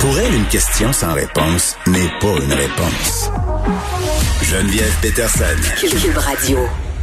Pour elle, une question sans réponse n'est pas une réponse. Geneviève Peterson. Cube Radio.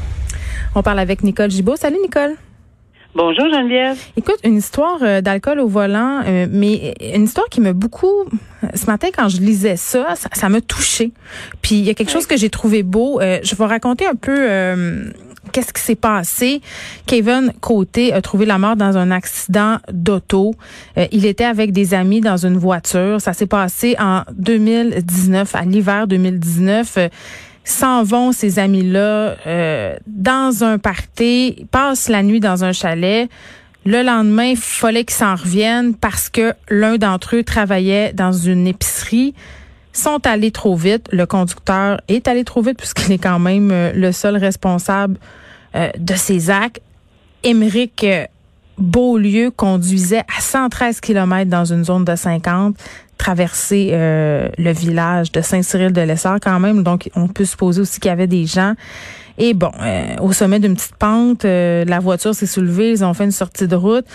On parle avec Nicole Gibault. Salut, Nicole. Bonjour Geneviève. Écoute, une histoire d'alcool au volant, mais une histoire qui m'a beaucoup... Ce matin, quand je lisais ça m'a touchée. Puis il y a quelque chose que j'ai trouvé beau. Je vais raconter un peu qu'est-ce qui s'est passé. Kevin Côté a trouvé la mort dans un accident d'auto. Il était avec des amis dans une voiture. Ça s'est passé en 2019, à l'hiver 2019. S'en vont, ces amis-là, dans un party, ils passent la nuit dans un chalet. Le lendemain, il fallait qu'ils s'en reviennent parce que l'un d'entre eux travaillait dans une épicerie. Ils sont allés trop vite. Le conducteur est allé trop vite puisqu'il est quand même le seul responsable de ces actes. Émeric Beaulieu conduisait à 113 km dans une zone de 50, traverser le village de Saint-Cyril-de-L'Essard quand même. Donc, on peut supposer aussi qu'il y avait des gens. Et bon, au sommet d'une petite pente, la voiture s'est soulevée. Ils ont fait une sortie de route.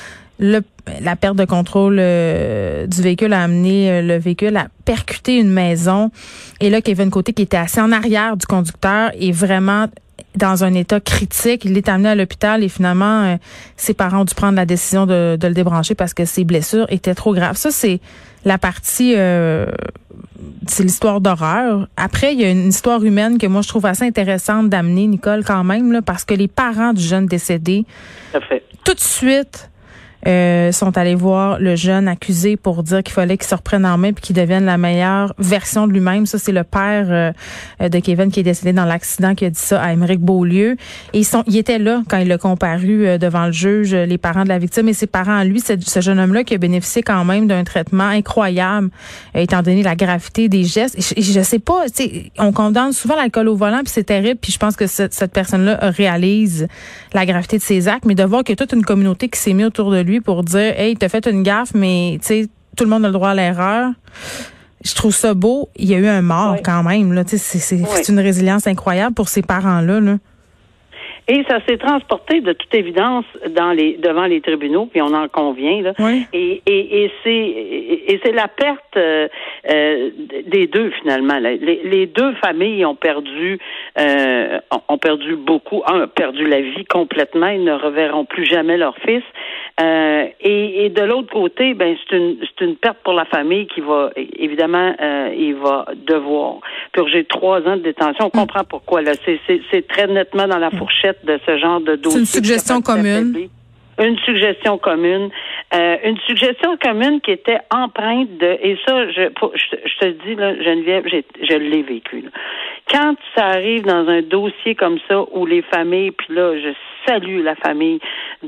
La perte de contrôle du véhicule a amené le véhicule à percuter une maison. Et là, Kevin Côté, qui était assis en arrière du conducteur, est vraiment dans un état critique. Il est amené à l'hôpital et finalement, ses parents ont dû prendre la décision de le débrancher parce que ses blessures étaient trop graves. Ça, c'est la partie... c'est l'histoire d'horreur. Après, il y a une histoire humaine que moi, je trouve assez intéressante d'amener, Nicole, quand même, là, parce que les parents du jeune décédé, tout de suite, sont allés voir le jeune accusé pour dire qu'il fallait qu'il se reprenne en main puis qu'il devienne la meilleure version de lui-même. Ça, c'est le père de Kevin qui est décédé dans l'accident qui a dit ça à Émeric Beaulieu. Et ils étaient là quand il a comparu devant le juge, les parents de la victime et ses parents. Lui, ce jeune homme-là qui a bénéficié quand même d'un traitement incroyable, étant donné la gravité des gestes. Et je sais pas, tu sais, on condamne souvent l'alcool au volant puis c'est terrible. Puis je pense que cette personne-là réalise la gravité de ses actes, mais de voir qu'il y a toute une communauté qui s'est mise autour de lui pour dire, hey, t'as fait une gaffe, mais tu sais, tout le monde a le droit à l'erreur. Je trouve ça beau. Il y a eu un mort quand même. Là, c'est une résilience incroyable pour ces parents-là. Là. Et ça s'est transporté de toute évidence devant les tribunaux, puis on en convient là. Oui. Et c'est la perte des deux finalement. Les deux familles ont perdu beaucoup. Un a perdu la vie complètement. Ils ne reverront plus jamais leur fils. Et de l'autre côté, ben c'est une perte pour la famille qui va évidemment il va devoir purger 3 ans de détention. On comprend pourquoi là. C'est très nettement dans la fourchette de ce genre de dossier. C'est une suggestion commune. Une suggestion commune. Une suggestion commune qui était empreinte de... Et ça, je te dis, là, Geneviève, je l'ai vécu. Là. Quand ça arrive dans un dossier comme ça, où les familles, puis là, je salue la famille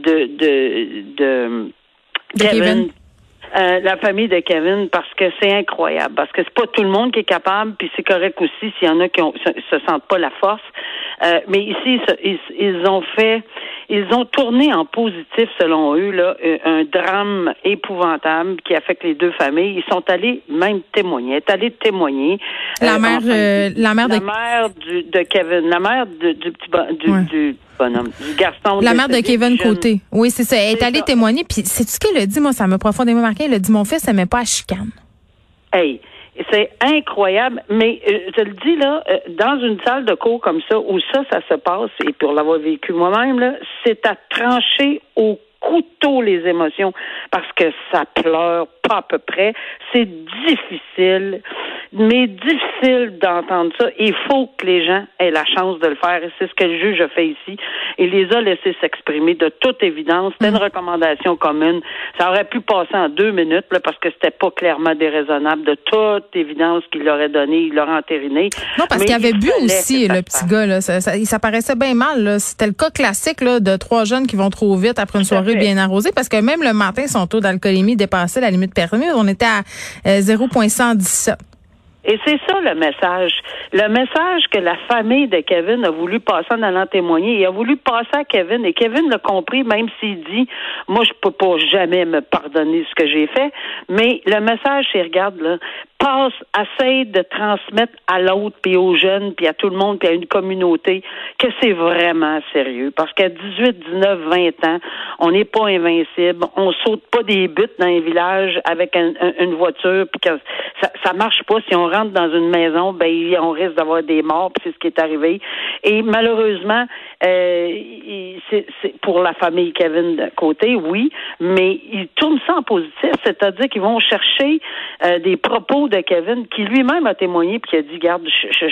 de Kevin. La famille de Kevin, parce que c'est incroyable, parce que c'est pas tout le monde qui est capable, puis c'est correct aussi s'il y en a qui se sentent pas la force. Mais ici, ils ont tourné en positif, selon eux, là, un drame épouvantable qui affecte les deux familles. Ils sont allés même témoigner. La mère de Kevin, la mère du bonhomme, du garçon. La mère de Kevin Côté. Oui, c'est ça. Elle est allée témoigner. Puis, sais-tu ce qu'elle a dit? Moi, ça m'a profondément marqué. Elle a dit, mon fils n'aimait pas la chicane. Hey, c'est incroyable. Mais je te le dis, là, dans une salle de cours comme ça, où ça se passe, et pour l'avoir vécu moi-même, là, c'est à trancher au couteau les émotions, parce que ça pleure pas à peu près. C'est difficile. Mais difficile d'entendre ça. Il faut que les gens aient la chance de le faire. Et c'est ce que le juge a fait ici. Il les a laissés s'exprimer de toute évidence. C'était une recommandation commune. Ça aurait pu passer en 2 minutes, là, parce que c'était pas clairement déraisonnable. De toute évidence qu'il leur a donné, il leur a entériné. Non, parce qu'il avait bu aussi, le petit gars. Là. Ça paraissait bien mal. Là. C'était le cas classique là, de 3 jeunes qui vont trop vite après une soirée bien arrosée. Parce que même le matin, son taux d'alcoolémie dépassait la limite permise. On était à 0,117. Et c'est ça le message. Le message que la famille de Kevin a voulu passer en allant témoigner. Il a voulu passer à Kevin et Kevin l'a compris, même s'il dit, moi, je peux pas jamais me pardonner ce que j'ai fait. Mais le message, c'est, regarde, là, passe, essaye de transmettre à l'autre, puis aux jeunes, puis à tout le monde, puis à une communauté, que c'est vraiment sérieux. Parce qu'à 18, 19, 20 ans, on n'est pas invincible. On saute pas des buts dans un village avec une voiture, puis que ça marche pas. Si on rentre dans une maison, ben on risque d'avoir des morts, puis c'est ce qui est arrivé. Et malheureusement, c'est pour la famille Kevin de côté, oui, mais ils tournent ça en positif, c'est-à-dire qu'ils vont chercher des propos de Kevin qui lui-même a témoigné puis qui a dit, garde,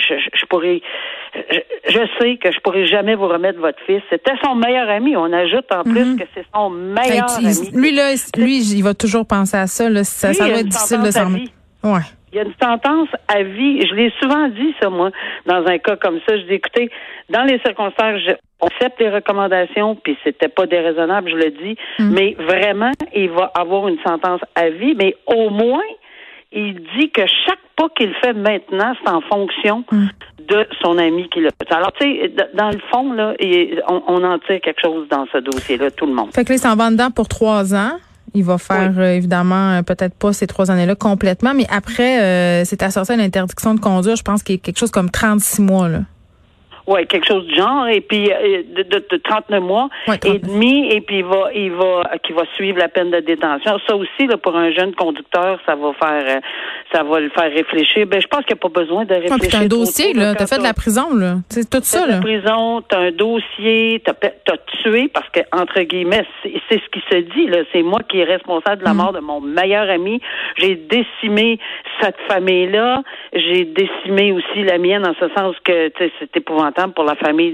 je sais que je pourrai jamais vous remettre votre fils. C'était son meilleur ami. On ajoute en plus que c'est son meilleur ami. Lui, il va toujours penser à ça. Là. Ça doit être difficile de s'en remettre. Ouais. Il y a une sentence à vie. Je l'ai souvent dit, ça, moi, dans un cas comme ça. Je dis, écoutez, dans les circonstances, on accepte les recommandations, puis c'était pas déraisonnable, je le dis, mais vraiment, il va avoir une sentence à vie, mais au moins, il dit que chaque pas qu'il fait maintenant, c'est en fonction de son ami qui l'a fait. Alors, tu sais, dans le fond, là, on en tire quelque chose dans ce dossier-là, tout le monde. Fait que là, il s'en va dedans pour 3 ans. Il va faire, évidemment, peut-être pas ces 3 années-là complètement, mais après, c'est assorti à l'interdiction de conduire, je pense qu'il y a quelque chose comme 36 mois, là. Oui, quelque chose du genre, et puis de 39 mois et demi, et puis il va suivre la peine de détention. Ça aussi, là, pour un jeune conducteur, ça va le faire réfléchir. Ben, je pense qu'il n'y a pas besoin de réfléchir. Puis t'as un dossier, là, t'as fait de la prison, là. C'est tout ça, là. T'as fait de la prison, t'as un dossier, t'as tué, parce que, entre guillemets, c'est ce qui se dit, là. C'est moi qui est responsable de la mort de mon meilleur ami. J'ai décimé cette famille-là. J'ai décimé aussi la mienne, en ce sens que, tu sais, c'est épouvantable pour la famille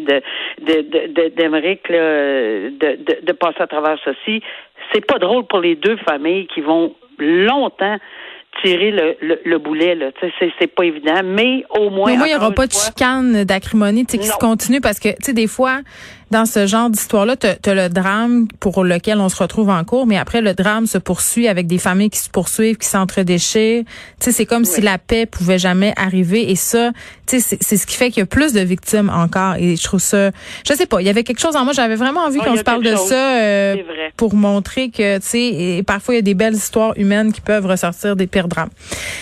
d'Émeric de passer à travers ceci. C'est pas drôle pour les deux familles qui vont longtemps tirer le boulet, là. Tu sais, c'est pas évident, mais au moins. Mais moi, il n'y aura pas de chicane, d'acrimonie, tu sais, qui se continue parce que, tu sais, des fois, dans ce genre d'histoire-là, t'as le drame pour lequel on se retrouve en cours, mais après, le drame se poursuit avec des familles qui se poursuivent, qui s'entredéchirent. Tu sais, c'est comme si la paix pouvait jamais arriver. Et ça, tu sais, c'est ce qui fait qu'il y a plus de victimes encore. Et je trouve ça, je sais pas, il y avait quelque chose en moi. J'avais vraiment envie qu'on se parle de ça pour montrer que, tu sais, parfois, il y a des belles histoires humaines qui peuvent ressortir des pires drames.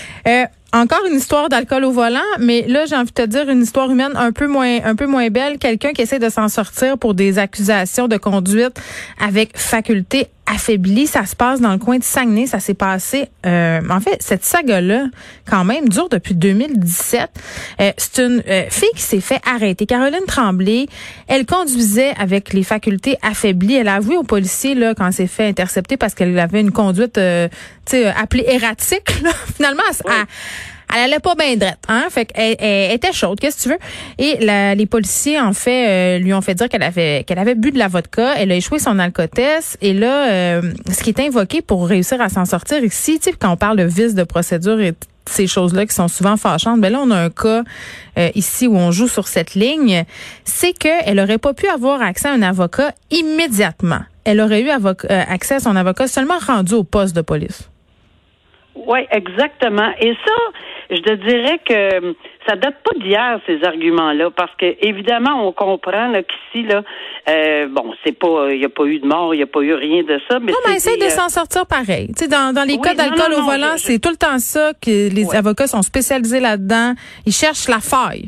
Encore une histoire d'alcool au volant, mais là, j'ai envie de te dire une histoire humaine un peu moins belle. Quelqu'un qui essaie de s'en sortir pour des accusations de conduite avec faculté affaiblie. Ça se passe dans le coin de Saguenay. Ça s'est passé, en fait, cette saga-là, quand même, dure depuis 2017. C'est une fille qui s'est fait arrêter. Caroline Tremblay, elle conduisait avec les facultés affaiblies. Elle a avoué aux policiers, là, quand elle s'est fait intercepter parce qu'elle avait une conduite, appelée erratique, là. Finalement, elle allait pas bien drette, hein. Fait qu'elle était chaude, qu'est-ce que tu veux. Et les policiers, en fait, lui ont fait dire qu'elle avait bu de la vodka. Elle a échoué son alcotest. Et là, ce qui est invoqué pour réussir à s'en sortir ici, tu sais, quand on parle de vice de procédure et ces choses-là qui sont souvent fâchantes, ben là, on a un cas ici où on joue sur cette ligne, c'est qu'elle aurait pas pu avoir accès à un avocat immédiatement. Elle aurait eu accès à son avocat seulement rendu au poste de police. Oui, exactement. Et ça, je te dirais que ça date pas d'hier, ces arguments-là, parce que évidemment, on comprend là, qu'ici, là, c'est pas, il n'y a pas eu de mort, il n'y a pas eu rien de ça. Mais non, mais essaye de s'en sortir pareil. Tu sais, dans les cas d'alcool au volant, c'est tout le temps ça que les avocats sont spécialisés là-dedans. Ils cherchent la faille.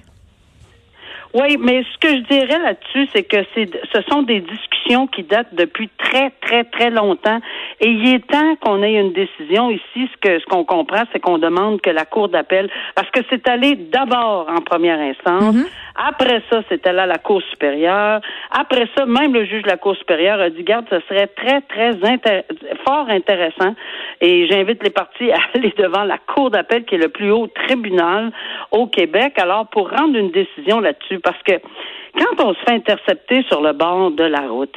Oui, mais ce que je dirais là-dessus, c'est que ce sont des discussions qui datent depuis très, très, très longtemps. Et il est temps qu'on ait une décision ici. Ce qu'on comprend, c'est qu'on demande que la Cour d'appel, parce que c'est allé d'abord en première instance. Après ça, c'est allé à la Cour supérieure. Après ça, même le juge de la Cour supérieure a dit, garde, ce serait très, très fort intéressant. Et j'invite les parties à aller devant la Cour d'appel, qui est le plus haut tribunal au Québec. Alors, pour rendre une décision là-dessus, parce que quand on se fait intercepter sur le bord de la route,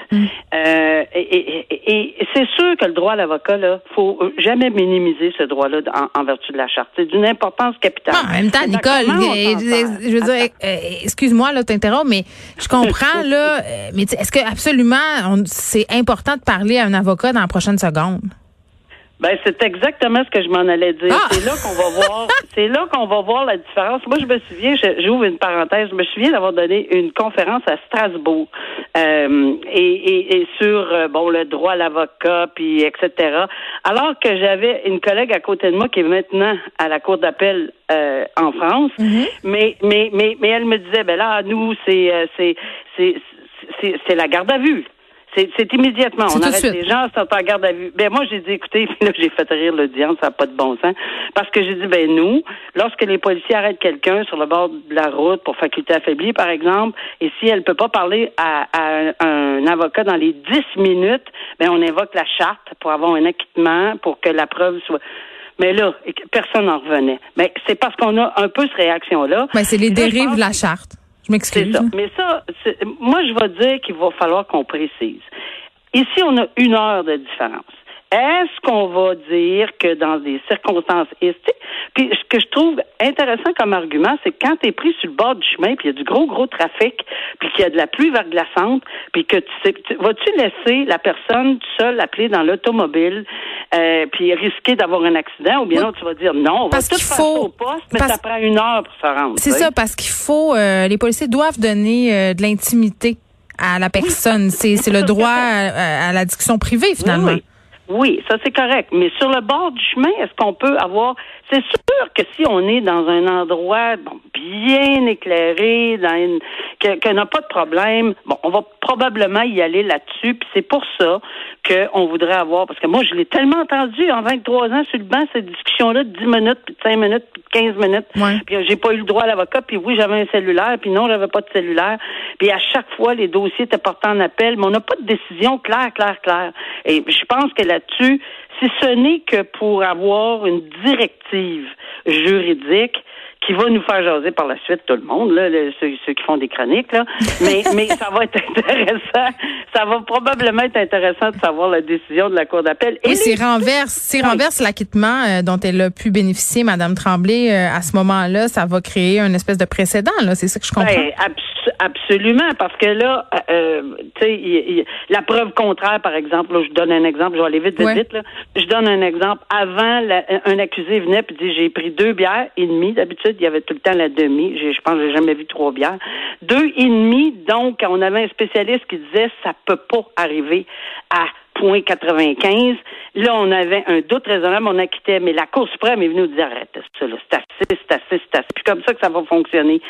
et c'est sûr que le droit à l'avocat, là, faut jamais minimiser ce droit-là en vertu de la charte. C'est d'une importance capitale. Non, en même temps, Nicole, je veux dire, excuse-moi, là, t'interromps, mais je comprends, là, mais est-ce que absolument c'est important de parler à un avocat dans la prochaine seconde? Ben, c'est exactement ce que je m'en allais dire. Ah! C'est là qu'on va voir la différence. Moi, je me souviens, j'ouvre une parenthèse, je me souviens d'avoir donné une conférence à Strasbourg, et sur, le droit à l'avocat, puis etc. Alors que j'avais une collègue à côté de moi qui est maintenant à la cour d'appel, en France. Mm-hmm. Mais elle me disait, ben là, nous, c'est la garde à vue. C'est immédiatement. On arrête les gens, sont en garde à vue. Ben moi, j'ai dit, écoutez, puis là, j'ai fait rire l'audience, ça n'a pas de bon sens. Parce que j'ai dit, ben nous, lorsque les policiers arrêtent quelqu'un sur le bord de la route pour faculté affaiblie, par exemple, et si elle peut pas parler à un avocat dans les 10 minutes, ben on invoque la charte pour avoir un acquittement, pour que la preuve soit... Mais là, personne n'en revenait. Mais c'est parce qu'on a un peu cette réaction-là. Ben, c'est les dérives de la charte. Je m'excuse. C'est ça. Mais ça, moi, je vais dire qu'il va falloir qu'on précise. Ici, on a 1 heure de différence. Est-ce qu'on va dire que dans des circonstances... Puis ce que je trouve intéressant comme argument, c'est que quand tu es pris sur le bord du chemin, puis il y a du gros trafic, puis qu'il y a de la pluie verglaçante, puis que vas-tu laisser la personne seule appeler dans l'automobile, puis risquer d'avoir un accident, ou bien non, tu vas dire non, on va tout faire ça au poste, mais ça prend 1 heure pour se rendre. C'est ça, parce qu'il faut... les policiers doivent donner de l'intimité à la personne. Oui. C'est le droit à la discussion privée, finalement. Oui, ça c'est correct. Mais sur le bord du chemin, est-ce qu'on peut avoir... C'est sûr que si on est dans un endroit bien éclairé, que n'a pas de problème, on va probablement y aller là-dessus. Puis c'est pour ça qu'on voudrait avoir... Parce que moi, je l'ai tellement entendu en 23 ans sur le banc, cette discussion-là de 10 minutes, puis de 5 minutes, puis de 15 minutes. Ouais. Puis j'ai pas eu le droit à l'avocat, puis oui, j'avais un cellulaire, puis non, j'avais pas de cellulaire. Puis à chaque fois, les dossiers étaient portés en appel, mais on n'a pas de décision claire. Et je pense que là-dessus, si ce n'est que pour avoir une directive juridique qui va nous faire jaser par la suite tout le monde, là, ceux qui font des chroniques, là. Mais ça va être intéressant. Ça va probablement être intéressant de savoir la décision de la Cour d'appel. Et renverse l'acquittement dont elle a pu bénéficier, Mme Tremblay, à ce moment-là, ça va créer une espèce de précédent, là. C'est ça que je comprends. Ben, absolument, parce que là, tu sais, la preuve contraire, par exemple, là, je donne un exemple, je vais aller vite, là. Je donne un exemple. Avant, un accusé venait puis dit, j'ai pris 2 bières et demie. D'habitude, il y avait tout le temps la demi. Je pense que j'ai jamais vu 3 bières. 2 et demi, donc, on avait un spécialiste qui disait, ça peut pas arriver à 0.95. Là, on avait un doute raisonnable, on acquittait, mais la Cour suprême est venue nous dire, arrête ça, là, c'est assez. Puis comme ça que ça va fonctionner.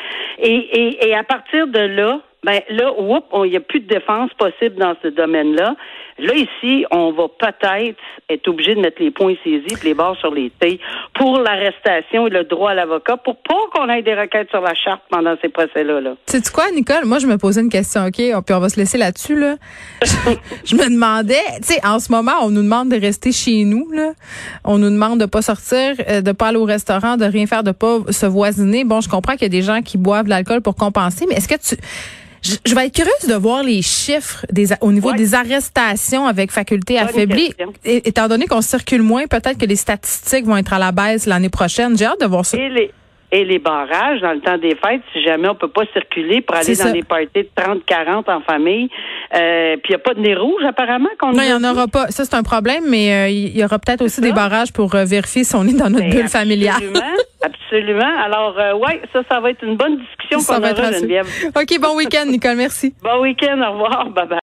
Et à partir de là, il n'y a plus de défense possible dans ce domaine-là. Là, ici, on va peut-être être obligé de mettre les points saisis et les barres sur les T pour l'arrestation et le droit à l'avocat pour pas qu'on ait des requêtes sur la charte pendant ces procès-là. Là. Sais-tu quoi, Nicole? Moi, je me posais une question, OK? Puis on va se laisser là-dessus, là. Je me demandais, tu sais, en ce moment, on nous demande de rester chez nous, là. On nous demande de pas sortir, de pas aller au restaurant, de rien faire, de pas se voisiner. Bon, je comprends qu'il y a des gens qui boivent de l'alcool pour compenser, mais est-ce que je vais être curieuse de voir les chiffres au niveau des arrestations avec faculté affaiblie. Étant donné qu'on circule moins, peut-être que les statistiques vont être à la baisse l'année prochaine. J'ai hâte de voir ça. Et les barrages, dans le temps des fêtes, si jamais on peut pas circuler pour aller dans des parties de 30-40 en famille, puis il n'y a pas de nez rouge apparemment qu'on Non, il n'y en aura pas. Ça, c'est un problème, mais il y aura peut-être aussi des barrages pour vérifier si on est dans notre bulle familiale. Absolument. Alors, ça va être une bonne discussion qu'on aura, Geneviève. OK, bon week-end, Nicole. Merci. Bon week-end. Au revoir. Bye-bye.